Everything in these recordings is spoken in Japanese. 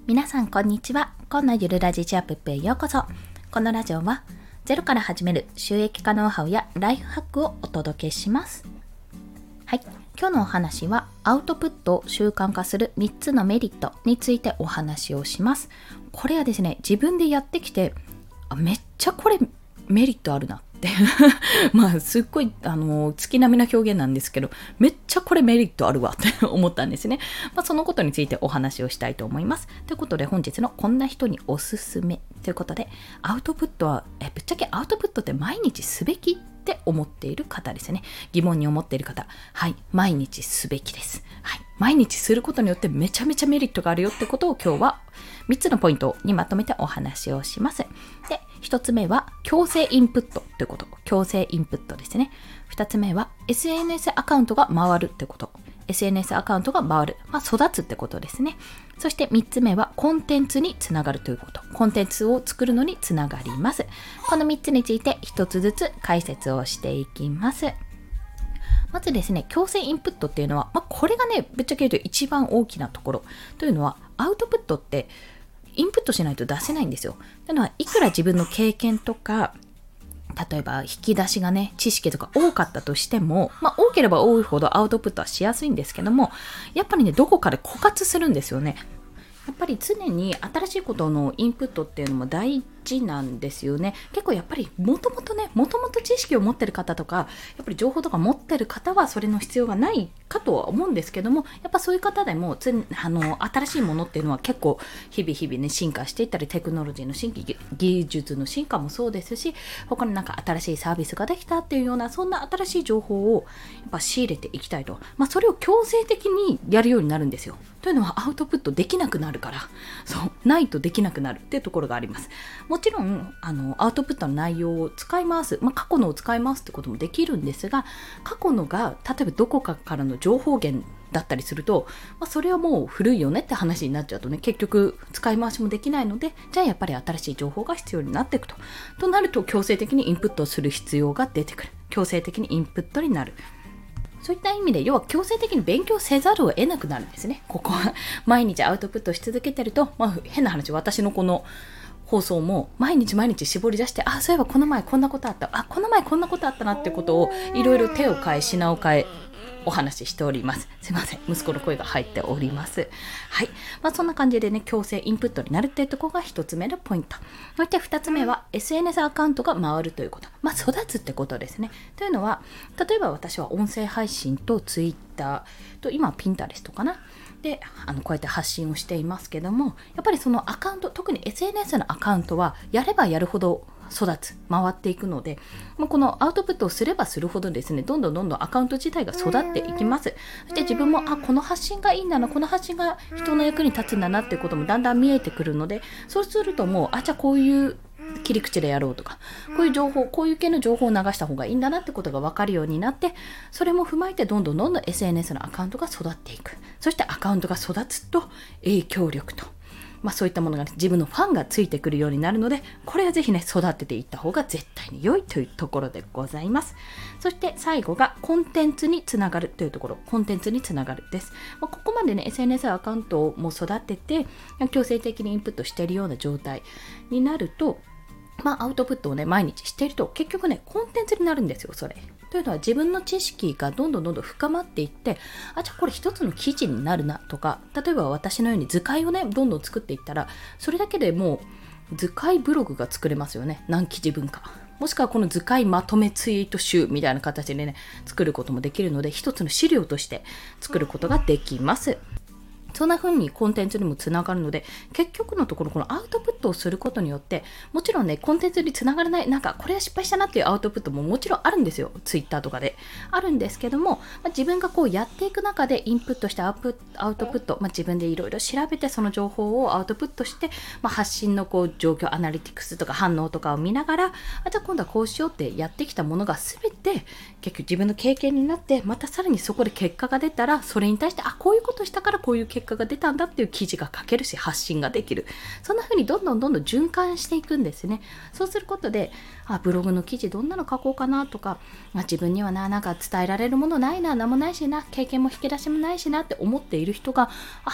皆さんこんにちは。今のゆるラジチアップへようこそ。このラジオはゼロから始める収益化ノウハウやライフハックをお届けします。はい、今日のお話はアウトプットを習慣化する3つのメリットについてお話をします。これはですね、自分でやってきてめっちゃこれメリットあるなってまあすっごい月並みな表現なんですけど、めっちゃこれメリットあるわって思ったんですね。そのことについてお話をしたいと思います。ということで本日のこんな人におすすめということで、アウトプットはぶっちゃけアウトプットって毎日すべきって思っている方ですね。疑問に思っている方、はい、毎日すべきです。はい、毎日することによってめちゃめちゃメリットがあるよってことを今日は3つのポイントにまとめてお話をします。で、1つ目は強制インプットということ。強制インプットですね。2つ目は SNS アカウントが回るってこと。SNS アカウントが回る。育つってことですね。そして3つ目はコンテンツにつながるということ。コンテンツを作るのにつながります。この3つについて1つずつ解説をしていきます。まずですね、強制インプットっていうのは、これがね、ぶっちゃけ言うと一番大きなところというのは、アウトプットってインプットしないと出せないんですよ。というのは、いくら自分の経験とか、例えば引き出しがね、知識とか多かったとしても、多ければ多いほどアウトプットはしやすいんですけども、やっぱりね、どこかで枯渇するんですよね。やっぱり常に新しいことのインプットっていうのも大事なんですよね。結構やっぱりもともと知識を持ってる方とか、やっぱり情報とか持ってる方はそれの必要がないかとは思うんですけども、やっぱそういう方でも新しいものっていうのは結構日々ね進化していったり、テクノロジーの進化、技術の進化もそうですし、他に新しいサービスができたっていうような、そんな新しい情報をやっぱ仕入れていきたいと、それを強制的にやるようになるんですよ。というのはアウトプットできなくなるから、ないとできなくなるっていうところがあります。もちろんアウトプットの内容を使い回す、過去のを使い回すってこともできるんですが、過去のが例えばどこかからの情報源だったりすると、それはもう古いよねって話になっちゃうとね、結局使い回しもできないので、じゃあやっぱり新しい情報が必要になっていくとなると、強制的にインプットをする必要が出てくる。強制的にインプットになる。そういった意味で、要は強制的に勉強せざるを得なくなるんですね。ここは毎日アウトプットし続けてると、変な話、私のこの放送も毎日絞り出して、そういえばこの前こんなことあった、この前こんなことあったなってことをいろいろ手を変え品を変えお話ししております。すいません、息子の声が入っております。はい、そんな感じでね、強制インプットになるっていうところが一つ目のポイント。そして二つ目は SNS アカウントが回るということ。育つってことですね。というのは、例えば私は音声配信と Twitter と今 Pinterest かなでこうやって発信をしていますけども、やっぱりそのアカウント、特に SNS のアカウントはやればやるほど育つ、回っていくので、このアウトプットをすればするほどですね、どんどんアカウント自体が育っていきます。そして自分もこの発信がいいんだな、この発信が人の役に立つんだなっていうこともだんだん見えてくるので、そうするともうじゃあこういう切り口でやろうとか、こういう情報、こういう系の情報を流した方がいいんだなってことが分かるようになって、それも踏まえてどんどん SNS のアカウントが育っていく。そしてアカウントが育つと影響力と、そういったものが、自分のファンがついてくるようになるので、これはぜひね、育てていった方が絶対に良いというところでございます。そして最後がコンテンツにつながるというところ。コンテンツにつながるです。ここまでね、 SNS アカウントをもう育てて強制的にインプットしているような状態になると、アウトプットをね、毎日していると結局ね、コンテンツになるんですよ、それ。というのは、自分の知識がどんどん深まっていって、じゃあこれ一つの記事になるなとか、例えば私のように図解をね、どんどん作っていったら、それだけでもう図解ブログが作れますよね。何記事分か。もしくはこの図解まとめツイート集みたいな形でね、作ることもできるので、一つの資料として作ることができます。そんな風にコンテンツにもつながるので、結局のところこのアウトプットをすることによって、もちろんね、コンテンツにつながらない、これは失敗したなっていうアウトプットももちろんあるんですよ。ツイッターとかであるんですけども、自分がこうやっていく中でインプットしてアウトプット、自分でいろいろ調べてその情報をアウトプットして、発信のこう状況アナリティクスとか反応とかを見ながら、じゃあ今度はこうしようってやってきたものが全て結局自分の経験になって、またさらにそこで結果が出たら、それに対してこういうことしたからこういう結果が出たんだっていう記事が書けるし、発信ができる。そんな風にどんどん循環していくんですね。そうすることで、ブログの記事どんなの書こうかなとか、自分にはなんか伝えられるものないな、何もないしな、経験も引き出しもないしなって思っている人が、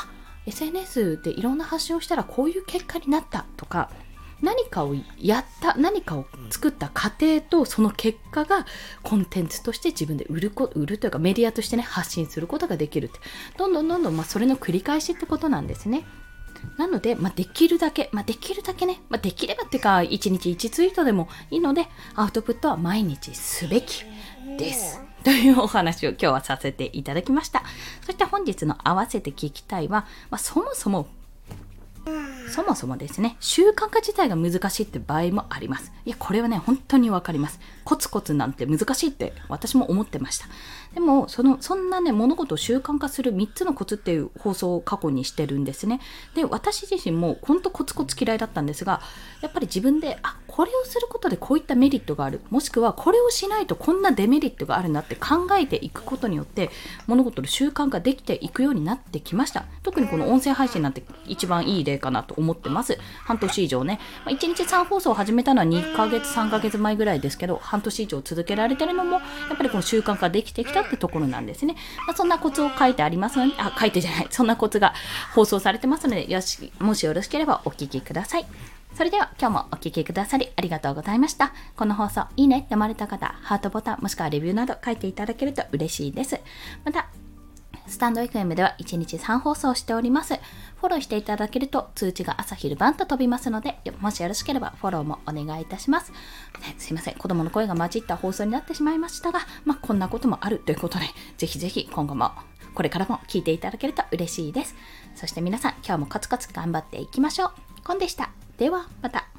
SNS でいろんな発信をしたらこういう結果になったとか、何かをやった、何かを作った過程とその結果がコンテンツとして自分で売るというか、メディアとしてね発信することができるって、どんどんそれの繰り返しってことなんですね。なので、できるだけね、できればっていうか1日1ツイートでもいいので、アウトプットは毎日すべきですというお話を今日はさせていただきました。そして本日の合わせて聞きたいは、そもそもですね、習慣化自体が難しいって場合もあります。いや、これはね、本当にわかります。コツコツなんて難しいって私も思ってました。でも、そんなね、物事を習慣化する3つのコツっていう放送を過去にしてるんですね。で、私自身も本当コツコツ嫌いだったんですが、やっぱり自分で、これをすることでこういったメリットがある。もしくは、これをしないとこんなデメリットがあるなって考えていくことによって、物事の習慣化できていくようになってきました。特にこの音声配信なんて一番いい例かなと思ってます。半年以上ね、1日3放送を始めたのは2ヶ月3ヶ月前ぐらいですけど、半年以上続けられてるのもやっぱりこの習慣化できてきたってところなんですね。そんなコツを書いてありますので、そんなコツが放送されてますので、もしよろしければお聞きください。それでは今日もお聞きくださりありがとうございました。この放送いいねって思われた方、ハートボタンもしくはレビューなど書いていただけると嬉しいです。またスタンド FM では1日3放送しております。フォローしていただけると通知が朝昼晩と飛びますので、もしよろしければフォローもお願いいたします。すいません、子供の声が混じった放送になってしまいましたが、こんなこともあるということで、ぜひぜひ今後もこれからも聞いていただけると嬉しいです。そして皆さん、今日もコツコツ頑張っていきましょう。コンでした。ではまた。